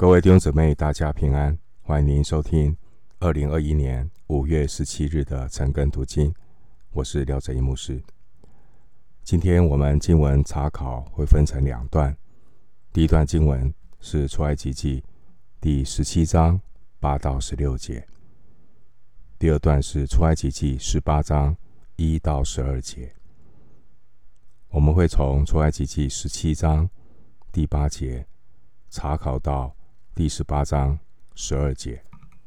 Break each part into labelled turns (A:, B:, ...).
A: 各位弟兄姊妹，大家平安，欢迎您收听2021年5月17日的晨更读经，我是廖哲一牧师。今天我们经文查考会分成两段，第一段经文是出埃及记第17章8到16节，第二段是出埃及记18章1到12节。我们会从出埃及记17章第8节查考到第18章12节。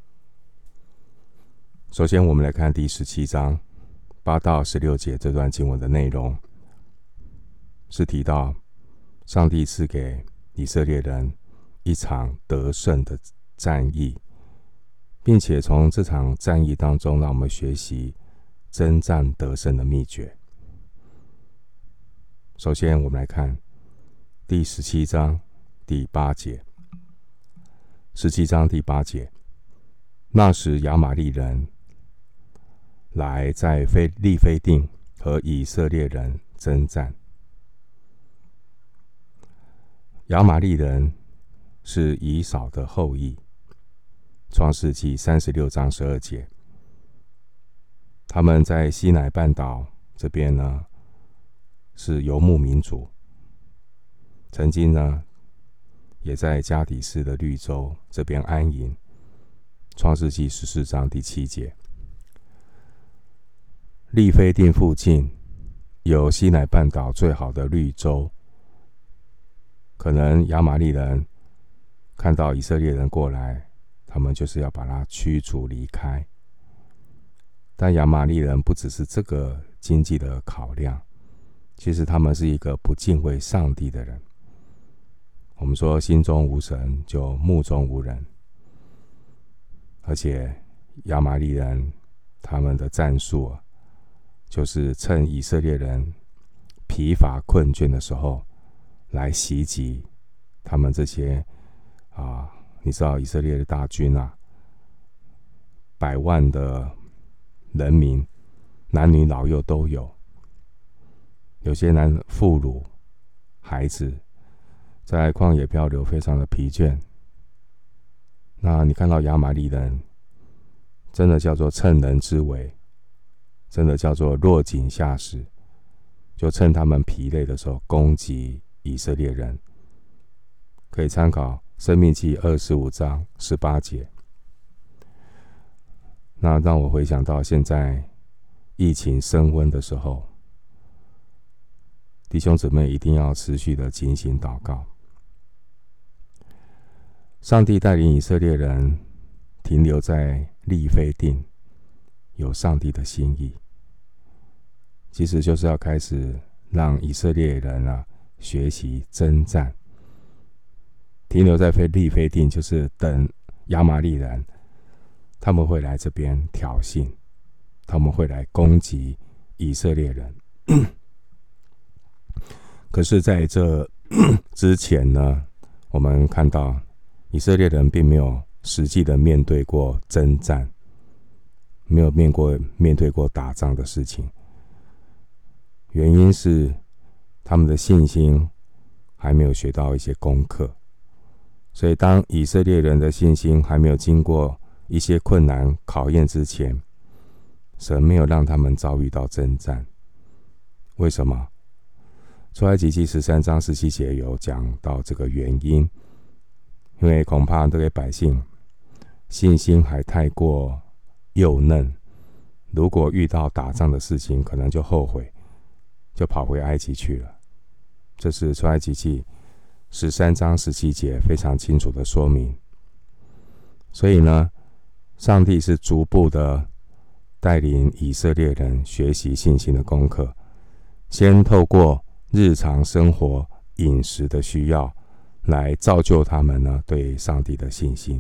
A: 首先我们来看第17章8到16节这段经文的内容，是提到上帝赐给以色列人一场得胜的战役，并且从这场战役当中让我们学习征战得胜的秘诀。首先我们来看第17章第8节。17章第8节，那时亚玛利人来在利非定和以色列人征战。亚玛利人是以扫的后裔，创世纪36章12节。他们在西乃半岛这边呢是游牧民族，曾经呢也在加底斯的绿洲这边安营，创世纪14章第7节。利非定附近有西乃半岛最好的绿洲，可能亚玛利人看到以色列人过来，他们就是要把他驱逐离开。但亚玛利人不只是这个经济的考量，其实他们是一个不敬畏上帝的人。我们说心中无神，就目中无人。而且亚玛利人他们的战术就是趁以色列人疲乏困倦的时候来袭击他们这些你知道以色列的大军100万的人民，男女老幼都有，有些妇孺孩子在旷野漂流，非常的疲倦。那你看到亚玛利人真的叫做趁人之危，真的叫做落井下石，就趁他们疲累的时候攻击以色列人。可以参考申命记25章18节。那让我回想到现在疫情升温的时候，弟兄姊妹一定要持续的警醒祷告。上帝带领以色列人停留在利非定，有上帝的心意，其实就是要开始让以色列人学习征战。停留在利非定，就是等亚玛利人他们会来这边挑衅，他们会来攻击以色列人。可是在这之前呢，我们看到以色列人并没有实际的面对过征战，没有面对过打仗的事情。原因是他们的信心还没有学到一些功课，所以当以色列人的信心还没有经过一些困难考验之前，神没有让他们遭遇到征战。为什么？出埃及记13章17节有讲到这个原因，因为恐怕这些百姓信心还太过幼嫩，如果遇到打仗的事情，可能就后悔，就跑回埃及去了。这是出埃及记13章17节非常清楚的说明。所以呢，上帝是逐步的带领以色列人学习信心的功课，先透过日常生活饮食的需要来造就他们呢对上帝的信心。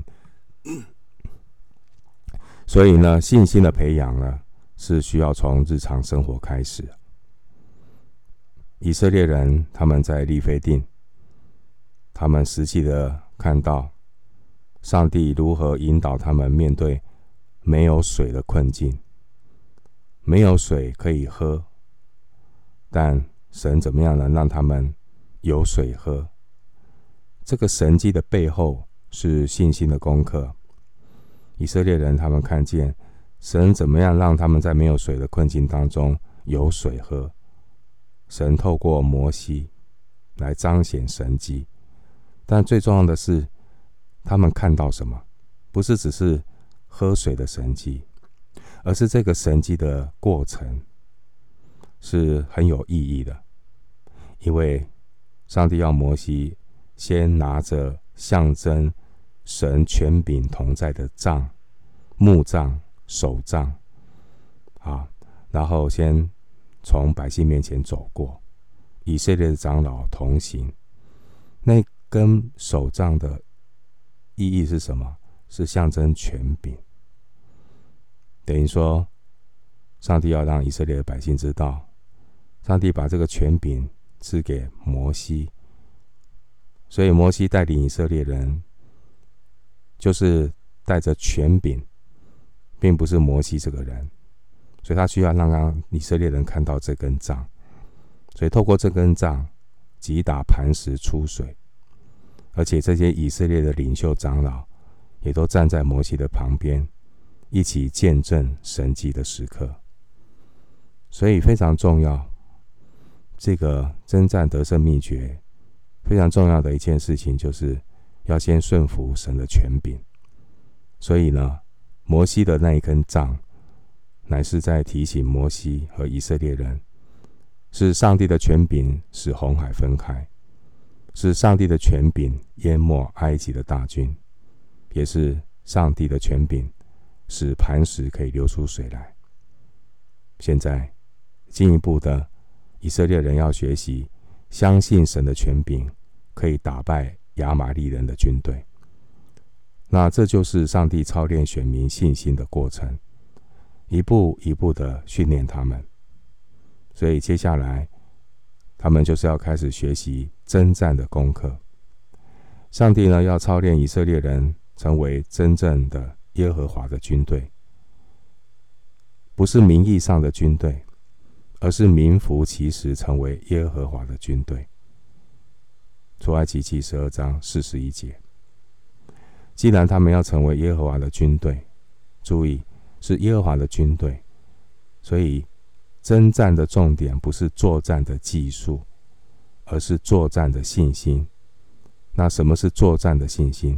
A: 所以呢，信心的培养呢是需要从日常生活开始。以色列人他们在利非定，他们实际的看到上帝如何引导他们面对没有水的困境。没有水可以喝，但神怎么样能让他们有水喝？这个神迹的背后是信心的功课。以色列人他们看见神怎么样让他们在没有水的困境当中有水喝，神透过摩西来彰显神迹。但最重要的是，他们看到什么？不是只是喝水的神迹，而是这个神迹的过程是很有意义的。因为上帝要摩西先拿着象征神权柄同在的杖、木杖、手杖，然后先从百姓面前走过，以色列的长老同行。那根手杖的意义是什么？是象征权柄。等于说，上帝要让以色列的百姓知道，上帝把这个权柄赐给摩西，所以摩西带领以色列人，就是带着权柄，并不是摩西这个人，所以他需要让以色列人看到这根杖，所以透过这根杖击打磐石出水，而且这些以色列的领袖长老也都站在摩西的旁边，一起见证神迹的时刻。所以非常重要，这个征战得胜秘诀非常重要的一件事情，就是要先顺服神的权柄。所以呢，摩西的那一根杖乃是在提醒摩西和以色列人，是上帝的权柄使红海分开，是上帝的权柄淹没埃及的大军，也是上帝的权柄使磐石可以流出水来。现在进一步的，以色列人要学习相信神的权柄可以打败亚玛利人的军队。那这就是上帝操练选民信心的过程，一步一步的训练他们。所以接下来他们就是要开始学习征战的功课。上帝呢，要操练以色列人成为真正的耶和华的军队，不是名义上的军队，而是名副其实成为耶和华的军队。出埃及记12章41节。既然他们要成为耶和华的军队，注意，是耶和华的军队，所以征战的重点不是作战的技术，而是作战的信心。那什么是作战的信心？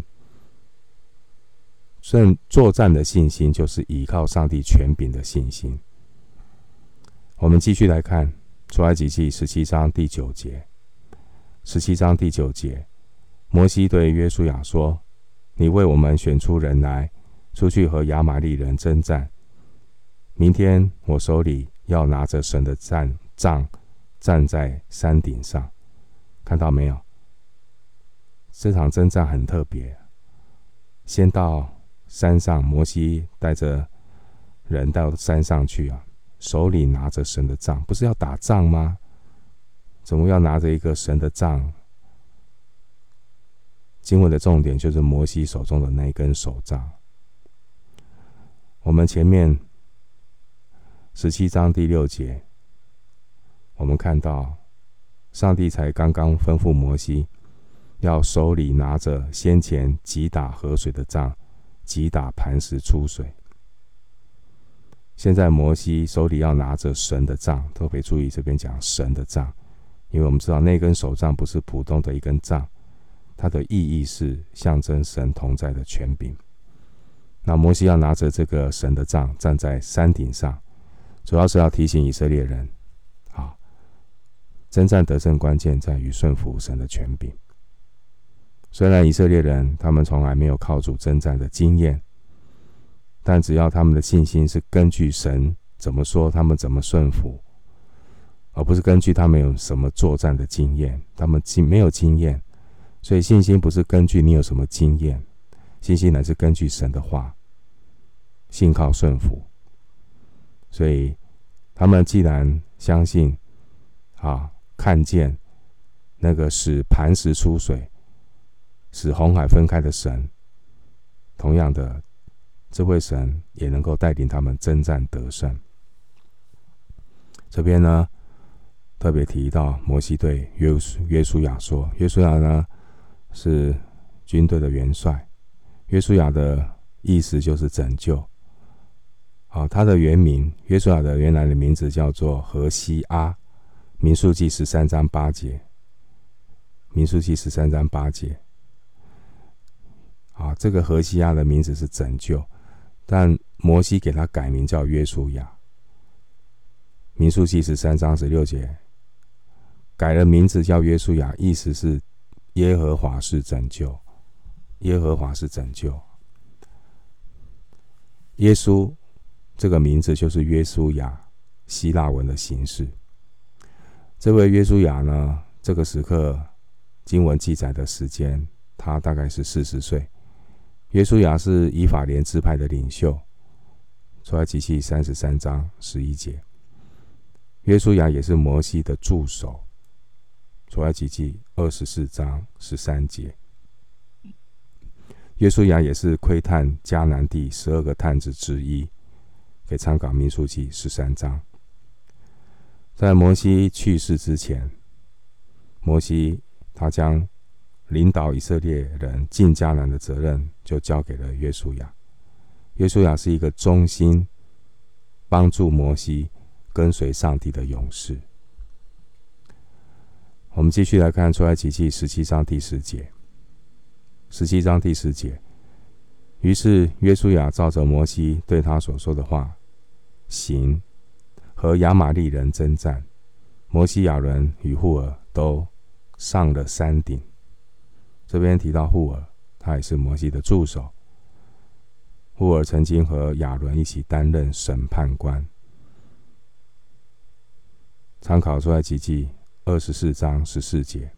A: 作战的信心就是依靠上帝权柄的信心。我们继续来看出埃及记17章第9节。17章第9节，摩西对约书亚说：你为我们选出人来，出去和亚玛利人征战。明天我手里要拿着神的杖站在山顶上。看到没有？这场征战很特别。先到山上，摩西带着人到山上去手里拿着神的杖，不是要打仗吗？怎么要拿着一个神的杖？经文的重点就是摩西手中的那一根手杖。我们前面17章第6节，我们看到上帝才刚刚吩咐摩西，要手里拿着先前击打河水的杖，击打磐石出水。现在摩西手里要拿着神的杖，特别注意这边讲神的杖，因为我们知道那根手杖不是普通的一根杖，它的意义是象征神同在的权柄。那摩西要拿着这个神的杖站在山顶上，主要是要提醒以色列人，征战得胜关键在于顺服神的权柄。虽然以色列人他们从来没有靠主征战的经验，但只要他们的信心是根据神怎么说，他们怎么顺服，而不是根据他们有什么作战的经验。他们没有经验，所以信心不是根据你有什么经验，信心乃是根据神的话，信靠顺服。所以他们既然相信看见那个使磐石出水，使红海分开的神，同样的，这位神也能够带领他们征战得胜。这边呢，特别提到摩西对约书亚说，约书亚呢是军队的元帅， 约书亚的意思就是拯救。他的原名，约书亚的原来的名字叫做何西阿，民数记13章8节。民数记13章8节。这个何西阿的名字是拯救，但摩西给他改名叫约书亚。民数记13章16节，改了名字叫约书亚，意思是耶和华是拯救，耶和华是拯救。耶稣这个名字就是约书亚希腊文的形式。这位约书亚呢，这个时刻经文记载的时间，他大概是40岁。约书亚是以法莲支派的领袖，出埃及记33章11节。约书亚也是摩西的助手，出埃及记24章13节。约书亚也是窥探迦南地12个探子之一，可以参考民数记13章。在摩西去世之前，摩西他将领导以色列人进迦南的责任就交给了约书亚。约书亚是一个忠心帮助摩西跟随上帝的勇士。我们继续来看出埃及记17章第10节。17章第10节，于是约书亚照着摩西对他所说的话行，和亚玛利人征战。摩西、亚伦与户尔都上了山顶。这边提到户尔，他也是摩西的助手。户尔曾经和亚伦一起担任审判官。参考出埃及记24章14节。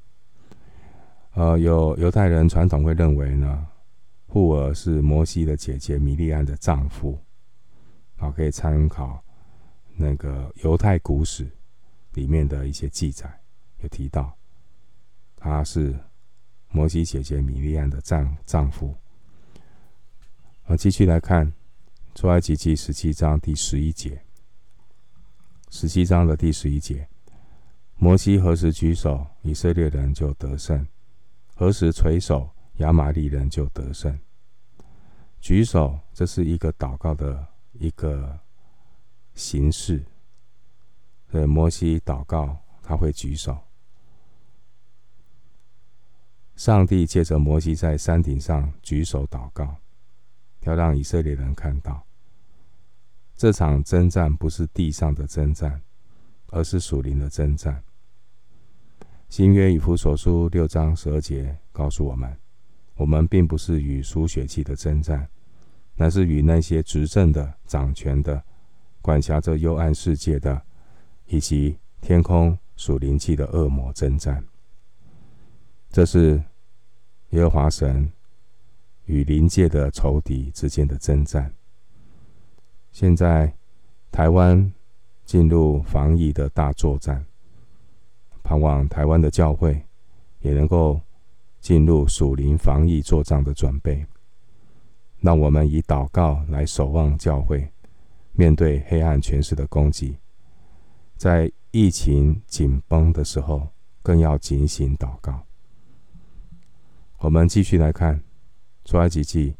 A: 有犹太人传统会认为呢，户尔是摩西的姐姐米利暗的丈夫。可以参考那个犹太古史里面的一些记载，有提到他是摩西姐姐米利暗的丈夫。继续来看出埃及记17章第11节。17章的第11节，摩西何时举手，以色列人就得胜；何时垂手，亚玛利人就得胜。举手，这是一个祷告的一个形式。所以摩西祷告，他会举手。上帝借着摩西在山顶上举手祷告，要让以色列人看到，这场征战不是地上的征战，而是属灵的征战。新约以弗所书6章12节告诉我们，我们并不是与属血气的征战，乃是与那些执政的、掌权的、管辖着幽暗世界的，以及天空属灵气的恶魔征战。这是耶和华神与灵界的仇敌之间的征战。现在台湾进入防疫的大作战，盼望台湾的教会也能够进入属灵防疫作战的准备。让我们以祷告来守望教会，面对黑暗权势的攻击。在疫情紧绷的时候，更要警醒祷告。我们继续来看出埃及记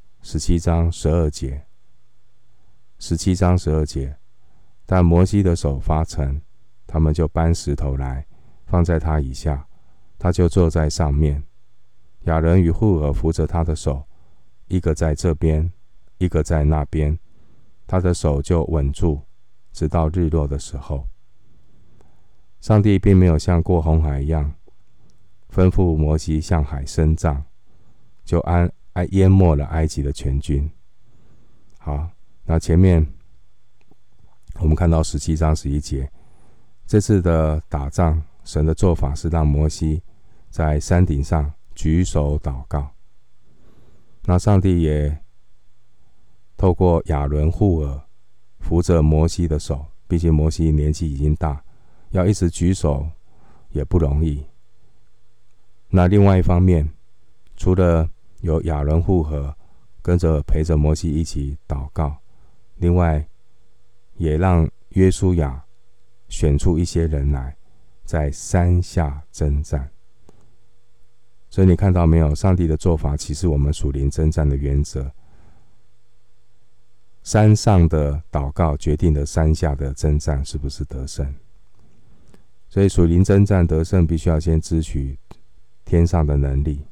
A: 17章12节。17章12节，但摩西的手发沉，他们就搬石头来，放在他以下，他就坐在上面。亚伦与户尔扶着他的手，一个在这边，一个在那边，他的手就稳住，直到日落的时候。上帝并没有像过红海一样吩咐摩西向海伸杖，就淹没了埃及的全军。好，那前面我们看到17章11节，这次的打仗，神的做法是让摩西在山顶上举手祷告。那上帝也透过亚伦、户尔扶着摩西的手，毕竟摩西年纪已经大，要一直举手也不容易。那另外一方面，除了有亚伦、户尔跟着陪着摩西一起祷告，另外也让约书亚选出一些人来在山下征战。 所以你看到没有？上帝的做法其实我们属灵征战的原则。山上的祷告决定了山下的征战是不是得胜。所以属灵征战得胜，必须要先支取天上的能力。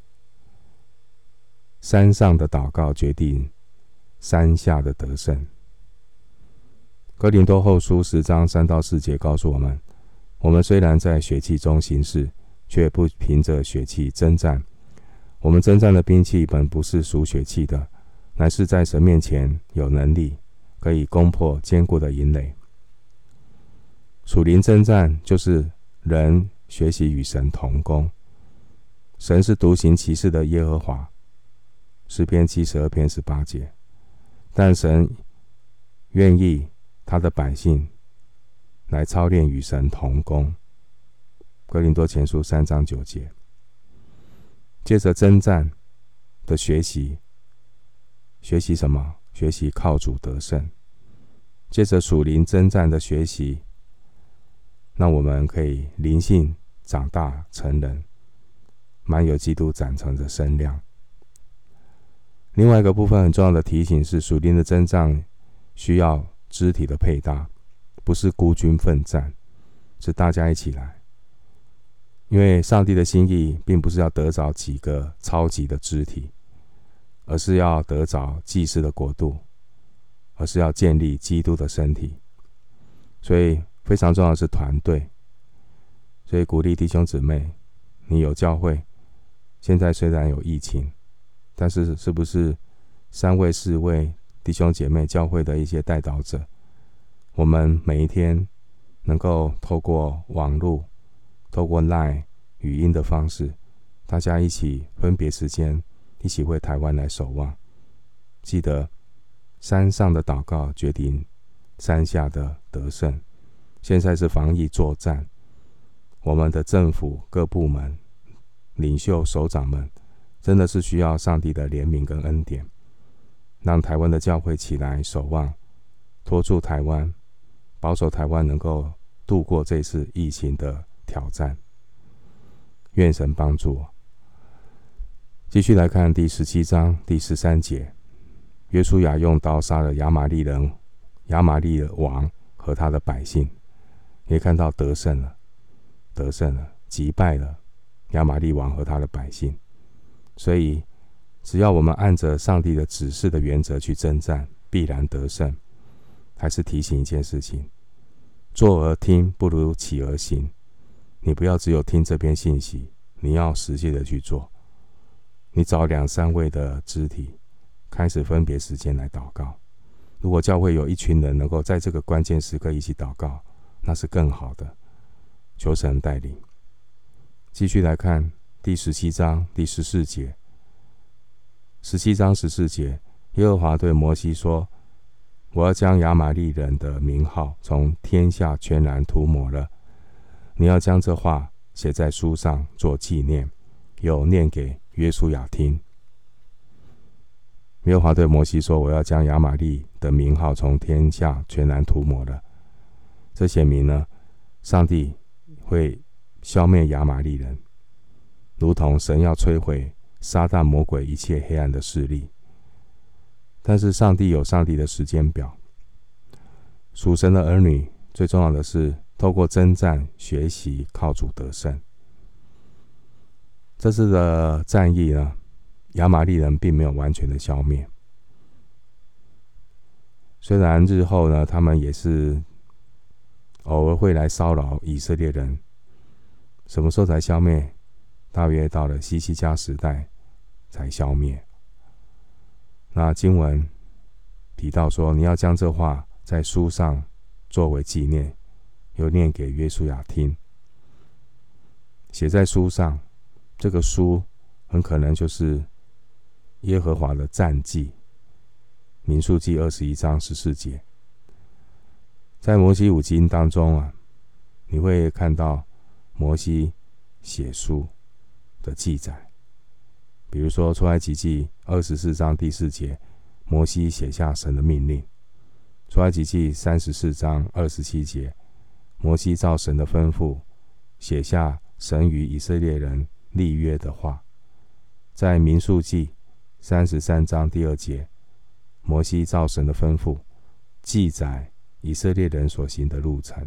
A: 山上的祷告决定山下的得胜。哥林多后书10章3到4节告诉我们，我们虽然在血气中行事，却不凭着血气征战。我们征战的兵器本不是属血气的，乃是在神面前有能力，可以攻破坚固的营垒。属灵征战就是人学习与神同工。神是独行其事的耶和华，诗篇72篇18节。但神愿意他的百姓来操练与神同工，哥林多前书3章9节。接着征战的学习什么？学习靠主得胜。接着属灵征战的学习，那我们可以灵性长大成人，满有基督长成的身量。另外一个部分很重要的提醒是，属灵的征战需要肢体的配搭，不是孤军奋战，是大家一起来。因为上帝的心意并不是要得着几个超级的肢体，而是要得着祭司的国度，而是要建立基督的身体。所以非常重要的是团队。所以鼓励弟兄姊妹，你有教会，现在虽然有疫情，但是是不是3位4位弟兄姐妹教会的一些代祷者，我们每一天能够透过网络，透过 LINE 语音的方式，大家一起分别时间，一起为台湾来守望。记得山上的祷告决定山下的得胜。现在是防疫作战，我们的政府各部门领袖首长们真的是需要上帝的怜悯跟恩典，让台湾的教会起来守望，托住台湾，保守台湾能够度过这次疫情的挑战。愿神帮助我。继续来看第17章第13节，约书亚用刀杀了亚玛力王和他的百姓。可以看到得胜了，击败了亚玛力王和他的百姓。所以只要我们按着上帝的指示的原则去征战，必然得胜。还是提醒一件事情，坐而听不如起而行。你不要只有听这篇信息，你要实际的去做。你找2、3位的肢体，开始分别时间来祷告。如果教会有一群人能够在这个关键时刻一起祷告，那是更好的。求神带领。继续来看第17章第14节。17章14节，耶和华对摩西说：我要将亚玛力人的名号从天下全然涂抹了。你要将这话写在书上做纪念，又念给约书亚听。耶和华对摩西说：我要将亚玛力的名号从天下全然涂抹了。这显明呢，上帝会消灭亚玛力人，如同神要摧毁撒旦魔鬼一切黑暗的势力。但是上帝有上帝的时间表，属神的儿女最重要的是透过征战学习靠主得胜。这次的战役呢，亚玛力人并没有完全的消灭，虽然日后呢，他们也是偶尔会来骚扰以色列人。什么时候才消灭？大约到了希西家时代才消灭。那经文提到说，你要将这话在书上作为纪念，又念给约书亚听。写在书上，这个书很可能就是耶和华的战记，民数记21章14节。在摩西五经当中啊，你会看到摩西写书的记载。比如说出埃及记24章第4节，摩西写下神的命令；出埃及记34章27节，摩西照神的吩咐写下神与以色列人立约的话； 在民数记33章第2节，摩西照神的吩咐记载以色列人所行的路程。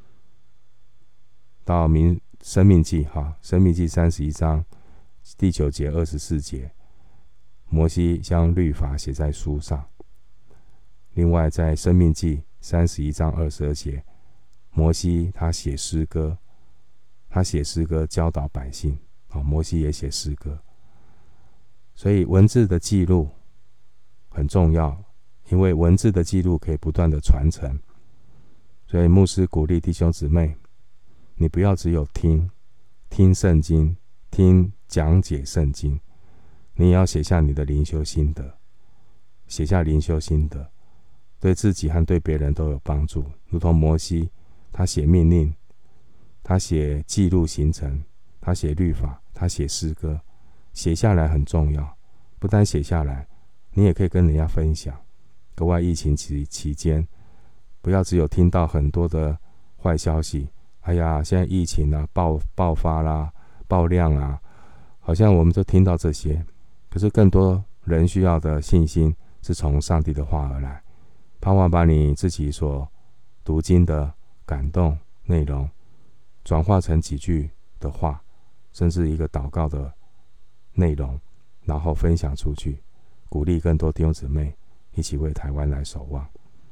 A: 到申命记31章第9节24节，摩西将律法写在书上。另外在申命记31章22节，摩西他写诗歌教导百姓。摩西也写诗歌。所以文字的记录很重要，因为文字的记录可以不断的传承。所以牧师鼓励弟兄姊妹，你不要只有听圣经，听讲解圣经，你也要写下你的灵修心得，写下灵修心得，对自己和对别人都有帮助。如同摩西，他写命令，他写记录行程，他写律法，他写诗歌，写下来很重要。不但写下来，你也可以跟人家分享。格外疫情期间，不要只有听到很多的坏消息，哎呀，现在疫情啊爆发啦，爆量啊，好像我们都听到这些。可是更多人需要的信心是从上帝的话而来，盼望把你自己所读经的感动内容转化成几句的话，甚至一个祷告的内容，然后分享出去，鼓励更多弟兄姊妹一起为台湾来守望。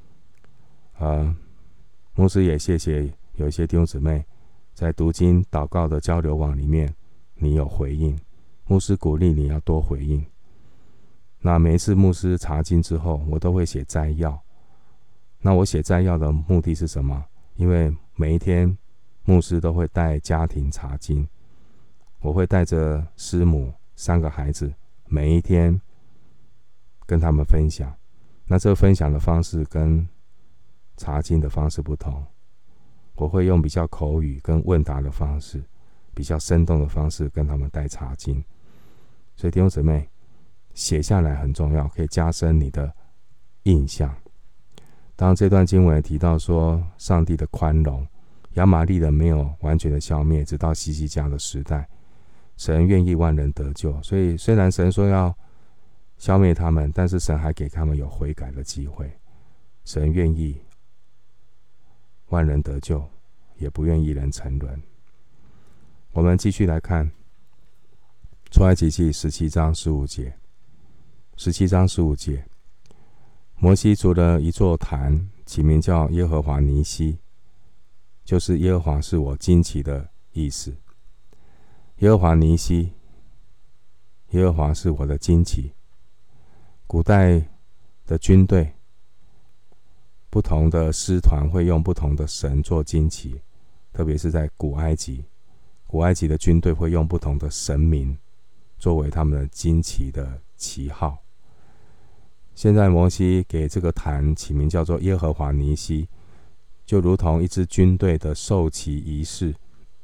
A: 牧师也谢谢有一些弟兄姊妹在读经祷告的交流网里面，你有回应，牧师鼓励你要多回应。那每一次牧师查经之后，我都会写摘要。那我写摘要的目的是什么？因为每一天牧师都会带家庭查经，我会带着师母3个孩子，每一天跟他们分享。那这个分享的方式跟查经的方式不同，我会用比较口语跟问答的方式，比较生动的方式跟他们带查经。所以弟兄姊妹，写下来很重要，可以加深你的印象。当这段经文提到说上帝的宽容，亚玛力人没有完全的消灭，直到希西家的时代，神愿意万人得救。所以虽然神说要消灭他们，但是神还给他们有悔改的机会。神愿意万人得救，也不愿一人沉沦。我们继续来看出埃及记17章15节。17章15节，摩西筑了一座坛，起名叫耶和华尼西，就是耶和华是我旌旗的意思。耶和华尼西，耶和华是我的旌旗。古代的军队，不同的师团会用不同的神做旌旗，特别是在古埃及的军队会用不同的神明作为他们的旌旗的旗号。现在摩西给这个坛起名叫做耶和华尼西，就如同一支军队的授旗仪式，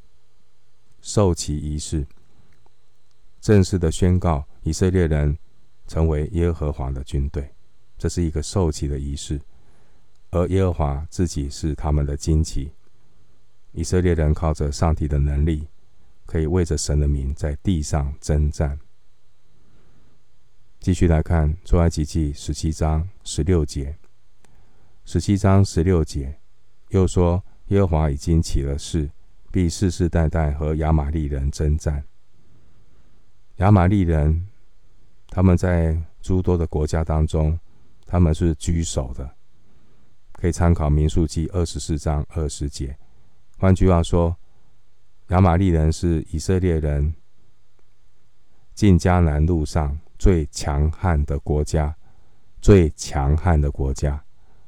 A: 正式的宣告以色列人成为耶和华的军队，这是一个授旗的仪式。而耶和华自己是他们的旌旗，以色列人靠着上帝的能力，可以为着神的名在地上征战。继续来看出埃及记17章16节。17章16节又说，耶和华已经起了誓，必世世代代和亚玛力人征战。亚玛力人他们在诸多的国家当中，他们是居首的，可以参考民数记24章20节。换句话说，亚玛力人是以色列人进迦南路上最强悍的国家，最强悍的国家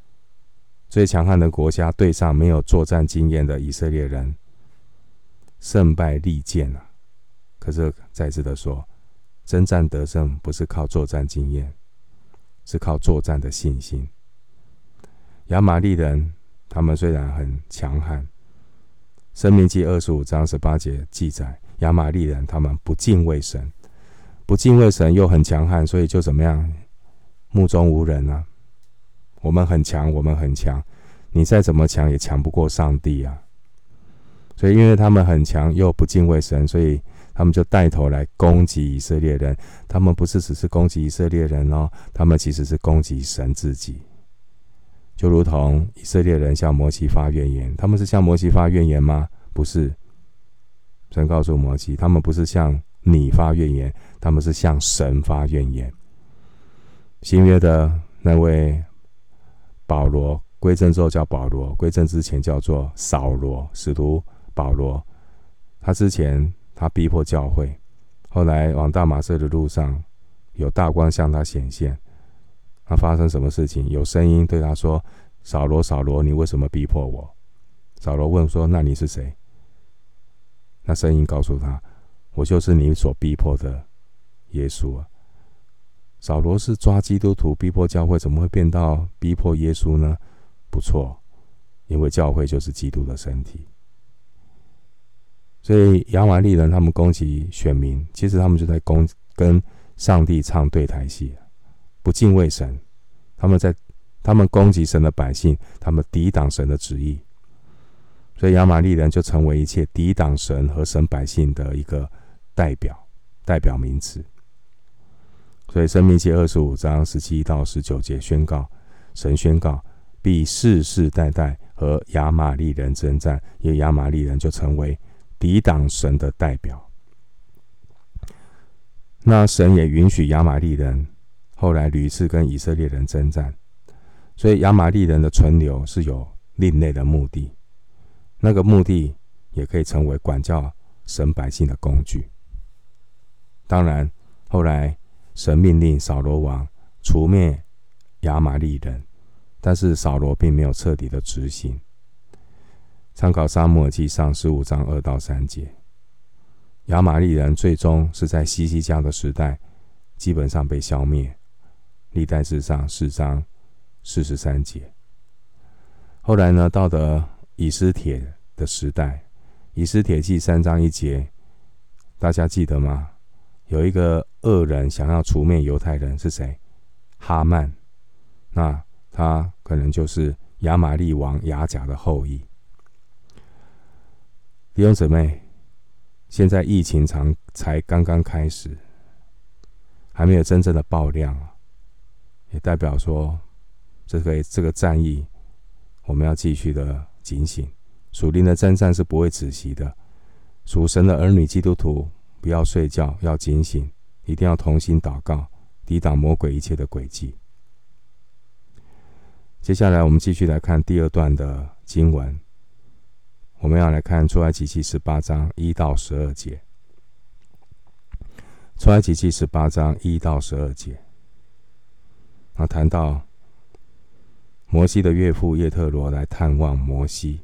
A: 对上没有作战经验的以色列人，胜败利剑啊！可是再次的说，征战得胜不是靠作战经验，是靠作战的信心。亚玛力人他们虽然很强悍，申命记25章18节记载，亚玛力人他们不敬畏神又很强悍，所以就怎么样？目中无人啊！我们很强，你再怎么强也强不过上帝啊！所以因为他们很强又不敬畏神，所以他们就带头来攻击以色列人。他们不是只是攻击以色列人哦，他们其实是攻击神自己。就如同以色列人向摩西发怨言，他们是向摩西发怨言吗？不是。神告诉摩西，他们不是向你发怨言，他们是向神发怨言。新约的那位保罗归正之后叫保罗，归正之前叫做扫罗，使徒保罗。他之前他逼迫教会，后来往大马色的路上，有大光向他显现。那发生什么事情？有声音对他说：“扫罗，扫罗，你为什么逼迫我？”扫罗问说：“那你是谁？”那声音告诉他：“我就是你所逼迫的耶稣啊。”扫罗是抓基督徒逼迫教会，怎么会变到逼迫耶稣呢？不错，因为教会就是基督的身体。所以亚玛力人他们攻击选民，其实他们就在跟上帝唱对台戏，不敬畏神。他们攻击神的百姓，他们抵挡神的旨意。所以亚玛力人就成为一切抵挡神和神百姓的一个代表名词。所以申命记25章17到19节神宣告必世世代代和亚玛力人征战，因为亚玛力人就成为抵挡神的代表。那神也允许亚玛力人后来屡次跟以色列人征战，所以亚玛力人的存留是有另类的目的，那个目的也可以成为管教神百姓的工具。当然后来神命令扫罗王除灭亚玛力人，但是扫罗并没有彻底的执行。参考撒母耳记上15章2到3节，亚玛力人最终是在西西家的时代基本上被消灭。历代志上4章43节。后来呢，到了以斯帖的时代，以斯帖记3章1节，大家记得吗？有一个恶人想要除灭犹太人，是谁？哈曼。那他可能就是亚玛力王亚甲的后裔。弟兄姊妹，现在疫情才刚刚开始，还没有真正的爆量，也代表说这个战役我们要继续的警醒。属灵的征战是不会止息的，属神的儿女基督徒不要睡觉，要警醒，一定要同心祷告，抵挡魔鬼一切的诡计。接下来我们继续来看第二段的经文，我们要来看出埃及记18章1到12节。出埃及记18章1到12节，谈到摩西的岳父叶忒罗来探望摩西。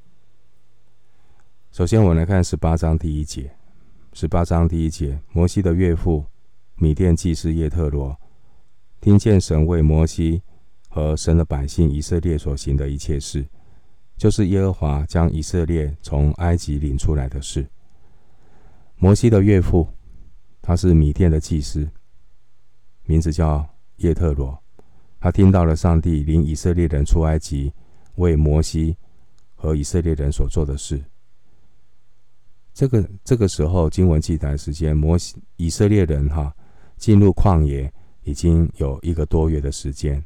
A: 首先我们来看18章第1节。18章第1节，摩西的岳父米甸祭司叶忒罗听见神为摩西和神的百姓以色列所行的一切事，就是耶和华将以色列从埃及领出来的事。摩西的岳父他是米甸的祭司，名字叫叶忒罗。他听到了上帝领以色列人出埃及为摩西和以色列人所做的事。这个时候经文记载的时间，以色列人进入旷野已经有1个多月的时间，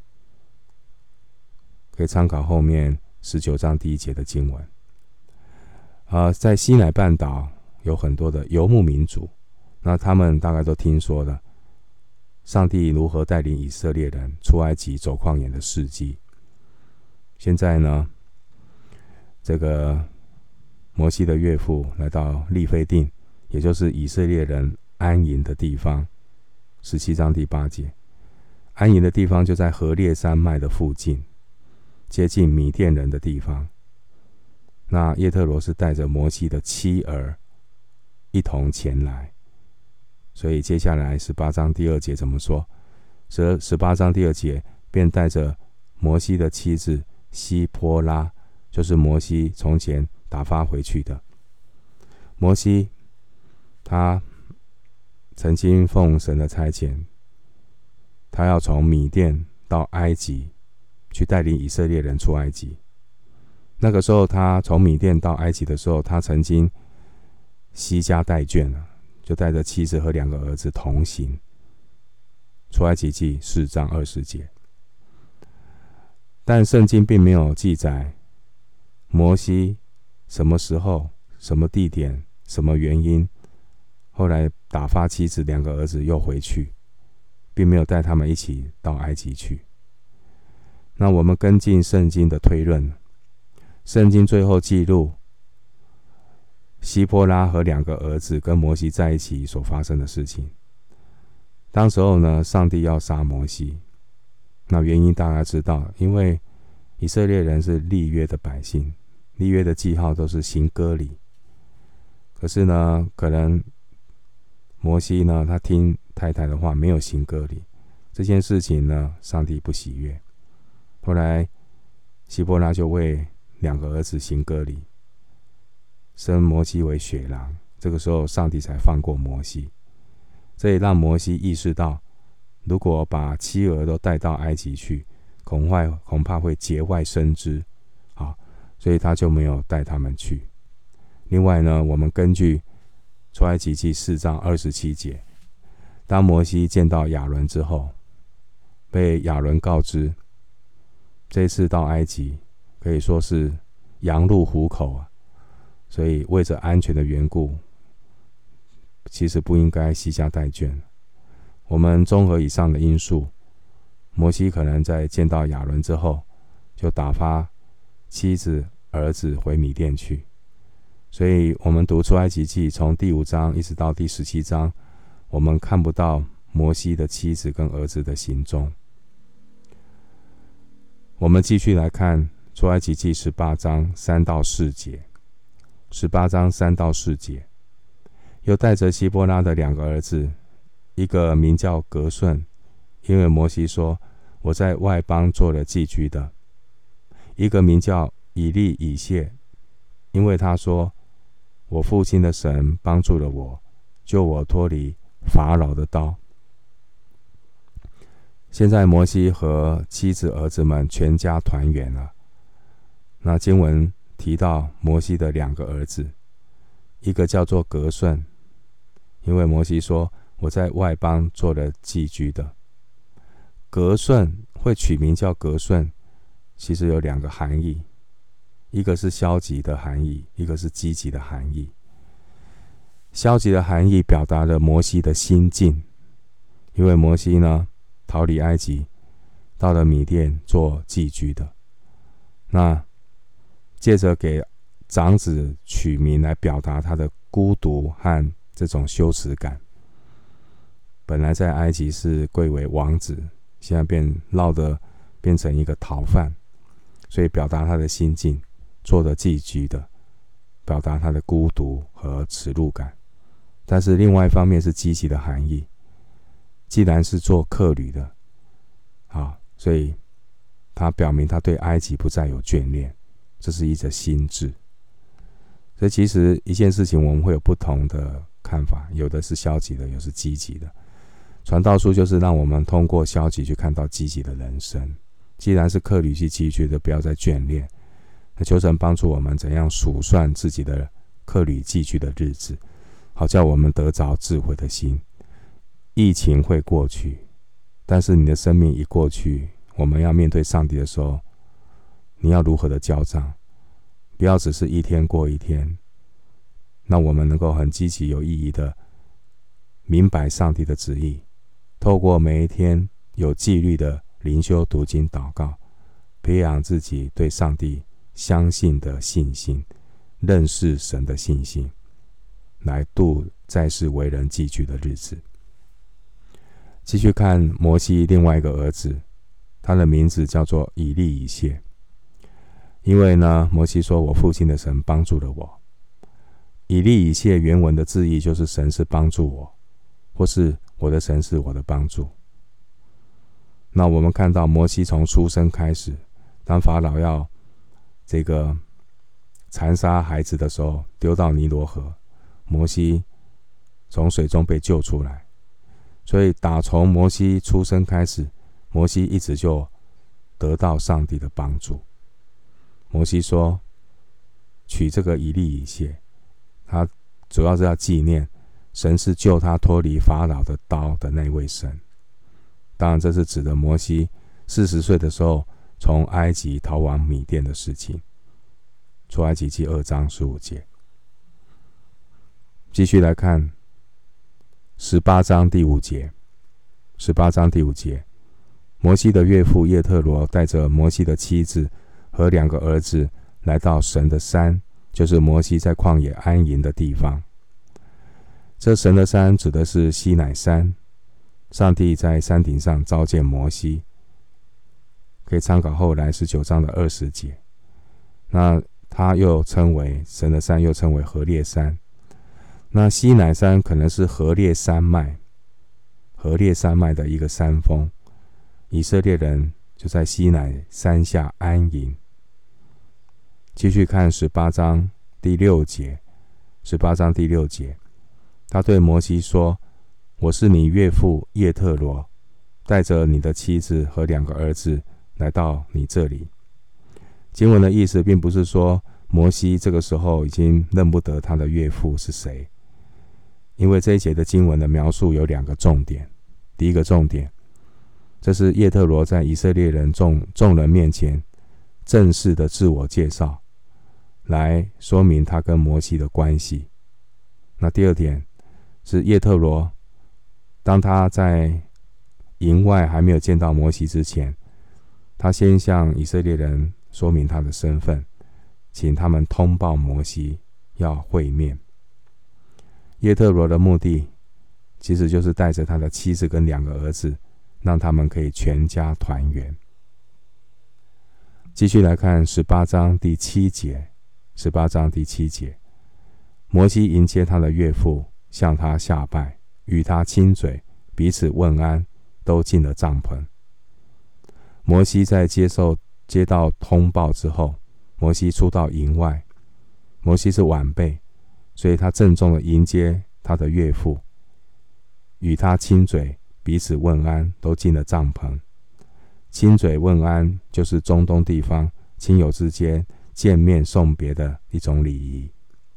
A: 可以参考后面19章第1节的经文。在西乃半岛有很多的游牧民族，那他们大概都听说了上帝如何带领以色列人出埃及走旷野的事迹。现在呢，这个摩西的岳父来到利非定，也就是以色列人安营的地方。17章第8节，安营的地方就在何烈山脉的附近，接近米甸人的地方。那叶忒罗是带着摩西的妻儿一同前来。所以接下来18章第2节怎么说？18章第2节，便带着摩西的妻子西波拉，就是摩西从前打发回去的。摩西他曾经奉神的差遣，他要从米甸到埃及去带领以色列人出埃及。那个时候他从米甸到埃及的时候，他曾经惜家带眷， 就带着妻子和2个儿子同行。出埃及记4章20节。但圣经并没有记载摩西什么时候、什么地点、什么原因，后来打发妻子2个儿子又回去，并没有带他们一起到埃及去。那我们跟进圣经的推论，圣经最后记录希波拉和2个儿子跟摩西在一起所发生的事情。当时候呢，上帝要杀摩西，那原因大家知道，因为以色列人是立约的百姓，立约的记号都是行割礼。可是呢，可能摩西呢，他听太太的话，没有行割礼，这件事情呢，上帝不喜悦。后来希波拉就为2个儿子行割礼，生摩西为血郎。这个时候，上帝才放过摩西。这也让摩西意识到，如果把妻儿都带到埃及去，恐怕会节外生枝，所以他就没有带他们去。另外呢，我们根据出埃及记4章27节，当摩西见到亚伦之后，被亚伦告知，这次到埃及可以说是羊入虎口啊，所以为着安全的缘故，其实不应该携家带眷。我们综合以上的因素，摩西可能在见到亚伦之后，就打发妻子儿子回米甸去。所以我们读出埃及记从第5章一直到第17章，我们看不到摩西的妻子跟儿子的行踪。我们继续来看出埃及记18章3到4节。18章3到4节，又带着希波拉的2个儿子，一个名叫革舜，因为摩西说我在外邦做了寄居的；一个名叫以利以谢，因为他说我父亲的神帮助了我，救我脱离法老的刀。现在摩西和妻子儿子们全家团圆了。那经文提到摩西的2个儿子，一个叫做革舜，因为摩西说我在外邦做了寄居的。革舜会取名叫革舜，其实有2个含义，一个是消极的含义，一个是积极的含义。消极的含义表达了摩西的心境，因为摩西呢逃离埃及，到了米甸做寄居的。那借着给长子取名来表达他的孤独和这种羞耻感。本来在埃及是贵为王子，现在变成一个逃犯，所以表达他的心境，做的寄居的，表达他的孤独和耻辱感。但是另外一方面是积极的含义，既然是做客旅的，所以他表明他对埃及不再有眷恋，这是一则心志。所以其实一件事情我们会有不同的看法，有的是消极的，有的是积极的。传道书就是让我们通过消极去看到积极的人生。既然是客旅去寄居的，不要再眷恋。那求神帮助我们怎样数算自己的客旅寄居的日子，好叫我们得着智慧的心。疫情会过去，但是你的生命一过去，我们要面对上帝的时候，你要如何的交账？不要只是一天过一天。那我们能够很积极有意义的明白上帝的旨意，透过每一天有纪律的灵修读经祷告，培养自己对上帝相信的信心，认识神的信心，来度在世为人寄居的日子。继续看摩西另外一个儿子，他的名字叫做以利以谢。因为呢，摩西说我父亲的神帮助了我。以利以谢原文的字义就是神是帮助我，或是我的神是我的帮助。那我们看到摩西从出生开始，当法老要这个残杀孩子的时候，丢到尼罗河，摩西从水中被救出来。所以打从摩西出生开始，摩西一直就得到上帝的帮助。摩西取这个以利以谢，他主要是要纪念神是救他脱离法老的刀的那位神。当然，这是指的摩西40岁的时候从埃及逃往米甸的事情。出埃及记2章15节。继续来看18章第5节。18章第5节，摩西的岳父叶特罗带着摩西的妻子和2个儿子来到神的山，就是摩西在旷野安营的地方。这神的山指的是西乃山，上帝在山顶上召见摩西，可以参考后来19章的20节。那它又称为神的山，又称为何烈山。那西乃山可能是何烈山脉的一个山峰，以色列人就在西乃山下安营。继续看18章第6节。18章第6节，他对摩西说：我是你岳父叶特罗，带着你的妻子和2个儿子来到你这里。经文的意思并不是说摩西这个时候已经认不得他的岳父是谁，因为这一节的经文的描述有2个重点。第一个重点，这是叶特罗在以色列人众人面前正式的自我介绍，来说明他跟摩西的关系。那第二点是叶特罗，当他在营外还没有见到摩西之前，他先向以色列人说明他的身份，请他们通报摩西要会面。叶特罗的目的其实就是带着他的妻子跟2个儿子，让他们可以全家团圆。继续来看18章第7节。18章第7节，摩西迎接他的岳父，向他下拜，与他亲嘴，彼此问安，都进了帐篷。摩西在接到通报之后，摩西出到营外。摩西是晚辈，所以他郑重的迎接他的岳父，与他亲嘴，彼此问安，都进了帐篷。亲嘴问安就是中东地方亲友之间见面送别的一种礼仪。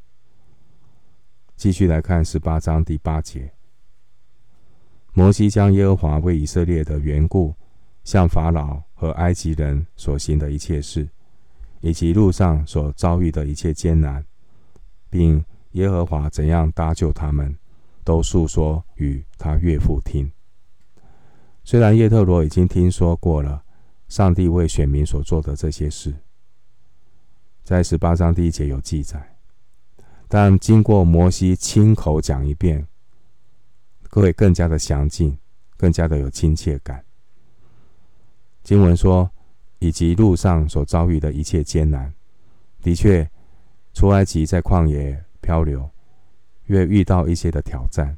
A: 继续来看18章第8节，摩西将耶和华为以色列的缘故向法老和埃及人所行的一切事，以及路上所遭遇的一切艰难，并耶和华怎样搭救他们，都述说与他岳父听。虽然叶特罗已经听说过了上帝为选民所做的这些事，在18章第1节有记载，但经过摩西亲口讲一遍，会更加的详尽，更加的有亲切感。经文说，以及路上所遭遇的一切艰难，的确，出埃及在旷野漂流，越遇到一些的挑战，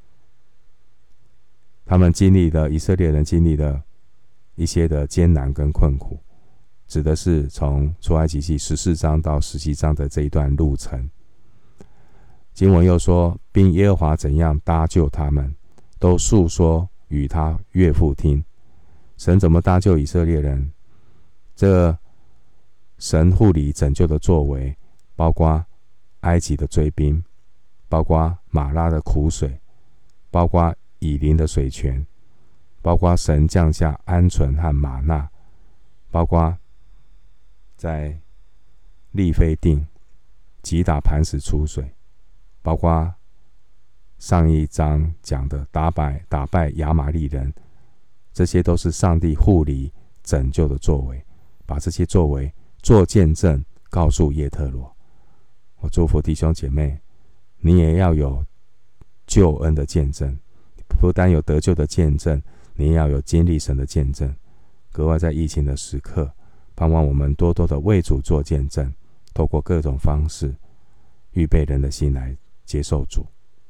A: 以色列人经历了一些的艰难跟困苦，指的是从出埃及记14章到17章的这一段路程。经文又说，并耶和华怎样搭救他们，都述说与他岳父听。神怎么搭救以色列人，这神护理拯救的作为，包括埃及的追兵，包括马拉的苦水，包括以琳的水泉，包括神降下鹌鹑和玛纳，包括在利非定击打磐石出水，包括上一章讲的打败亚玛利人，这些都是上帝护理拯救的作为，把这些作为做见证告诉叶特罗。我祝福弟兄姐妹，你也要有救恩的见证，不单有得救的见证，你也要有经历神的见证。格外在疫情的时刻，盼望我们多多的为主做见证，透过各种方式预备人的心来接受主。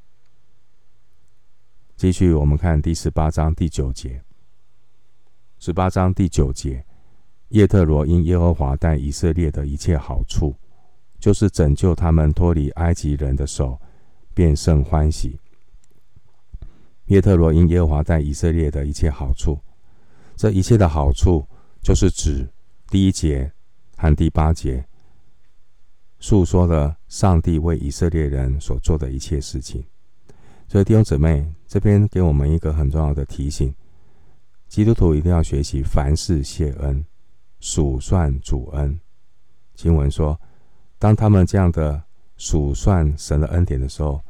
A: 继续我们看第18章第9节。18章第9节，叶特罗因耶和华带以色列的一切好处，就是拯救他们脱离埃及人的手，便甚欢喜。叶特罗因耶和华带以色列的一切好处，这一切的好处就是指第1节和第8节述说了上帝为以色列人所做的一切事情。 所以弟兄姊妹，这边给我们一个很重要的提醒，基督徒一定要学习凡事谢恩，数算主恩。经文说，当他们这样的数算神的恩典的时候，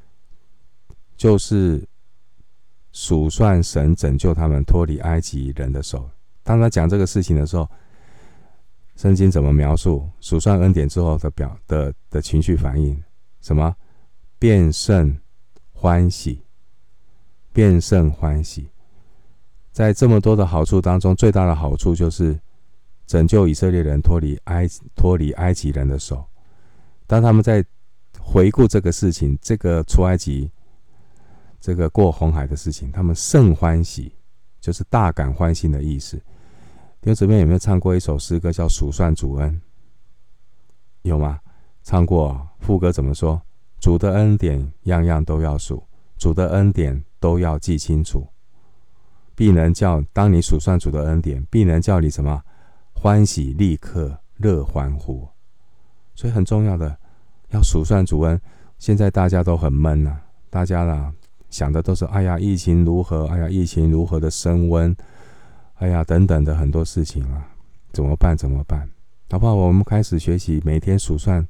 A: 就是数算神拯救他们脱离埃及人的手。当他讲这个事情的时候，圣经怎么描述数算恩典之后的情绪反应？什么？便甚欢喜，便甚欢喜。在这么多的好处当中，最大的好处就是拯救以色列人脱离埃及人的手。当他们在回顾这个事情，这个出埃及，这个过红海的事情，他们甚欢喜，就是大感欢欣的意思。弟兄姊妹有没有唱过一首诗歌叫《数算主恩》？有吗？唱过。副歌怎么说？主的恩典样样都要数，主的恩典都要记清楚，必能叫当你数算主的恩典，必能叫你什么？欢喜立刻乐欢呼。所以很重要的要数算主恩。现在大家都很闷啊，大家想的都是哎呀疫情如何，哎呀疫情如何的升温，哎呀等等的很多事情啊，怎么办？好不好？我们开始学习每天数算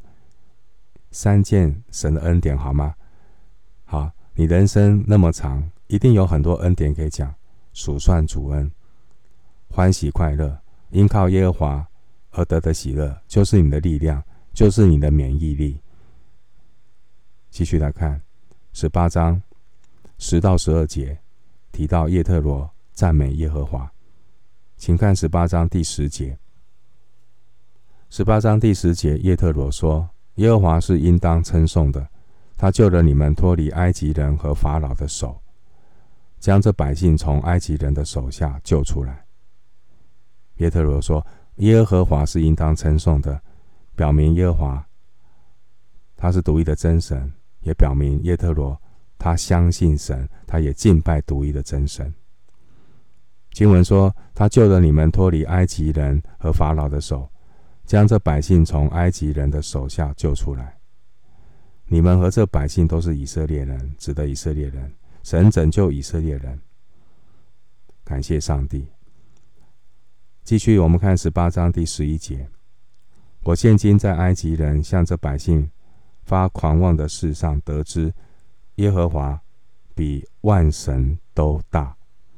A: 3件神的恩典，好吗？好，你人生那么长，一定有很多恩典可以讲。数算主恩，欢喜快乐，因靠耶和华而得的喜乐，就是你的力量，就是你的免疫力。继续来看18章10到12节，提到叶特罗赞美耶和华。请看18章第10节。18章第10节，叶特罗说：耶和华是应当称颂的，他救了你们脱离埃及人和法老的手，将这百姓从埃及人的手下救出来。叶特罗说，耶和华是应当称颂的，表明耶和华他是独一的真神，也表明叶特罗他相信神，他也敬拜独一的真神。经文说，他救了你们脱离埃及人和法老的手，将这百姓从埃及人的手下救出来。你们和这百姓都是以色列人，指的以色列人，神拯救以色列人，感谢上帝。继续我们看18章第11节，我现今在埃及人向这百姓发狂妄的事上得知，耶和华比万神都大。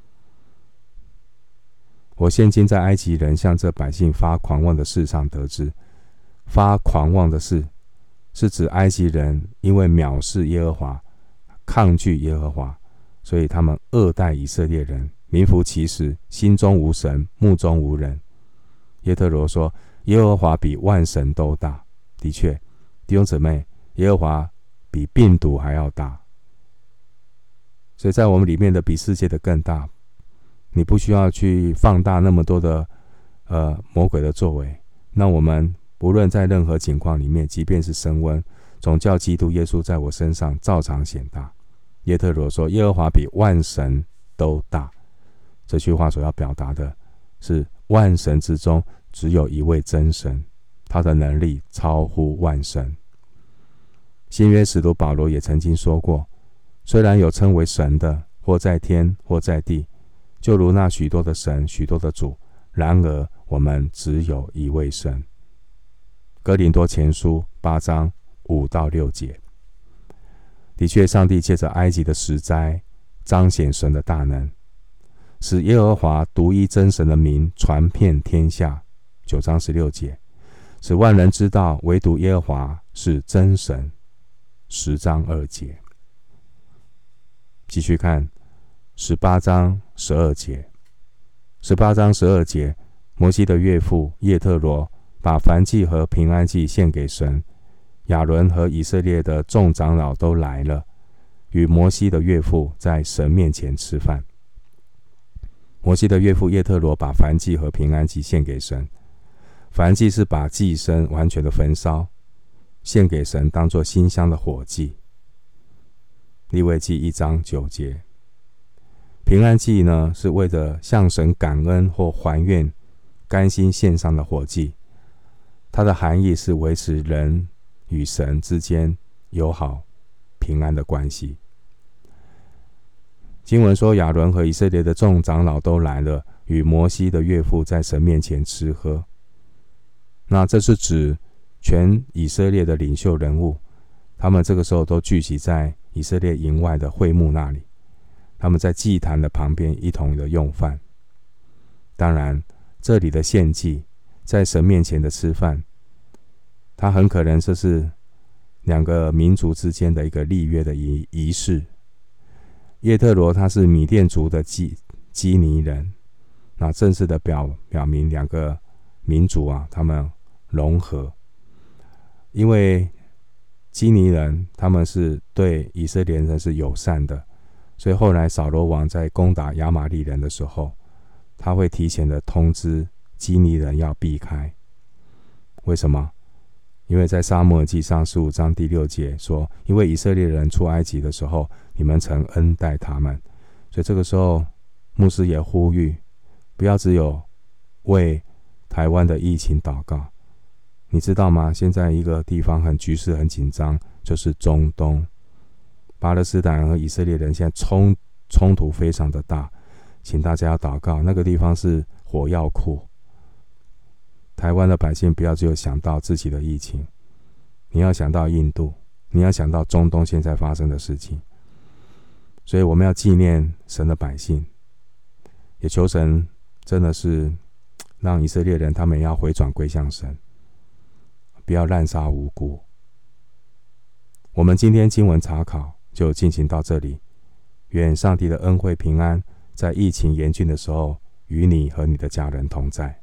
A: 我现今在埃及人向这百姓发狂妄的事上得知，发狂妄的事是指埃及人因为藐视耶和华，抗拒耶和华，所以他们恶待以色列人，名副其实，心中无神，目中无人。叶特罗说，耶和华比万神都大。的确，弟兄姊妹，耶和华比病毒还要大，所以在我们里面的比世界的更大。你不需要去放大那么多的魔鬼的作为。那我们不论在任何情况里面，即便是升温，总叫基督耶稣在我身上照常显大。叶特罗说，耶和华比万神都大。这句话所要表达的是，万神之中只有一位真神，他的能力超乎万神。新约使徒保罗也曾经说过，虽然有称为神的，或在天或在地，就如那许多的神，许多的主，然而我们只有一位神。哥林多前书8章5到6节。的确，上帝借着埃及的十灾彰显神的大能，使耶和华独一真神的名传遍天下。9章16节，使万人知道唯独耶和华是真神。10章2节。继续看18章12节。18章12节，摩西的岳父叶特罗把燔祭和平安祭献给神，亚伦和以色列的众长老都来了，与摩西的岳父在神面前吃饭。摩西的岳父叶特罗把燔祭和平安祭献给神。燔祭是把祭牲完全的焚烧，献给神当作馨香的火祭。利未记1章9节。平安祭呢，是为了向神感恩或还愿，甘心献上的火祭。它的含义是维持人与神之间友好平安的关系。 经文说，亚伦和以色列的众长老都来了，与摩西的岳父在神面前吃喝。那这是指全以色列的领袖人物，他们这个时候都聚集在以色列营外的会幕那里，他们在祭坛的旁边一同的用饭。当然，这里的献祭，在神面前的吃饭，它很可能这是两个民族之间的一个立约的仪式。叶特罗他是米甸族的基尼人，那正式的表明两个民族啊，他们融合。因为基尼人他们是对以色列人是友善的，所以后来扫罗王在攻打亚玛利人的时候，他会提前的通知基尼人要避开。为什么？因为在撒母耳记上15章第6节说，因为以色列人出埃及的时候，你们曾恩待他们。所以这个时候牧师也呼吁，不要只有为台湾的疫情祷告。你知道吗？现在一个地方局势很紧张，就是中东，巴勒斯坦和以色列人现在冲突非常的大，请大家要祷告，那个地方是火药库。台湾的百姓不要只有想到自己的疫情，你要想到印度，你要想到中东现在发生的事情。所以我们要纪念神的百姓，也求神真的是让以色列人他们要回转归向神，不要滥杀无辜。我们今天经文查考就进行到这里，愿上帝的恩惠平安在疫情严峻的时候与你和你的家人同在。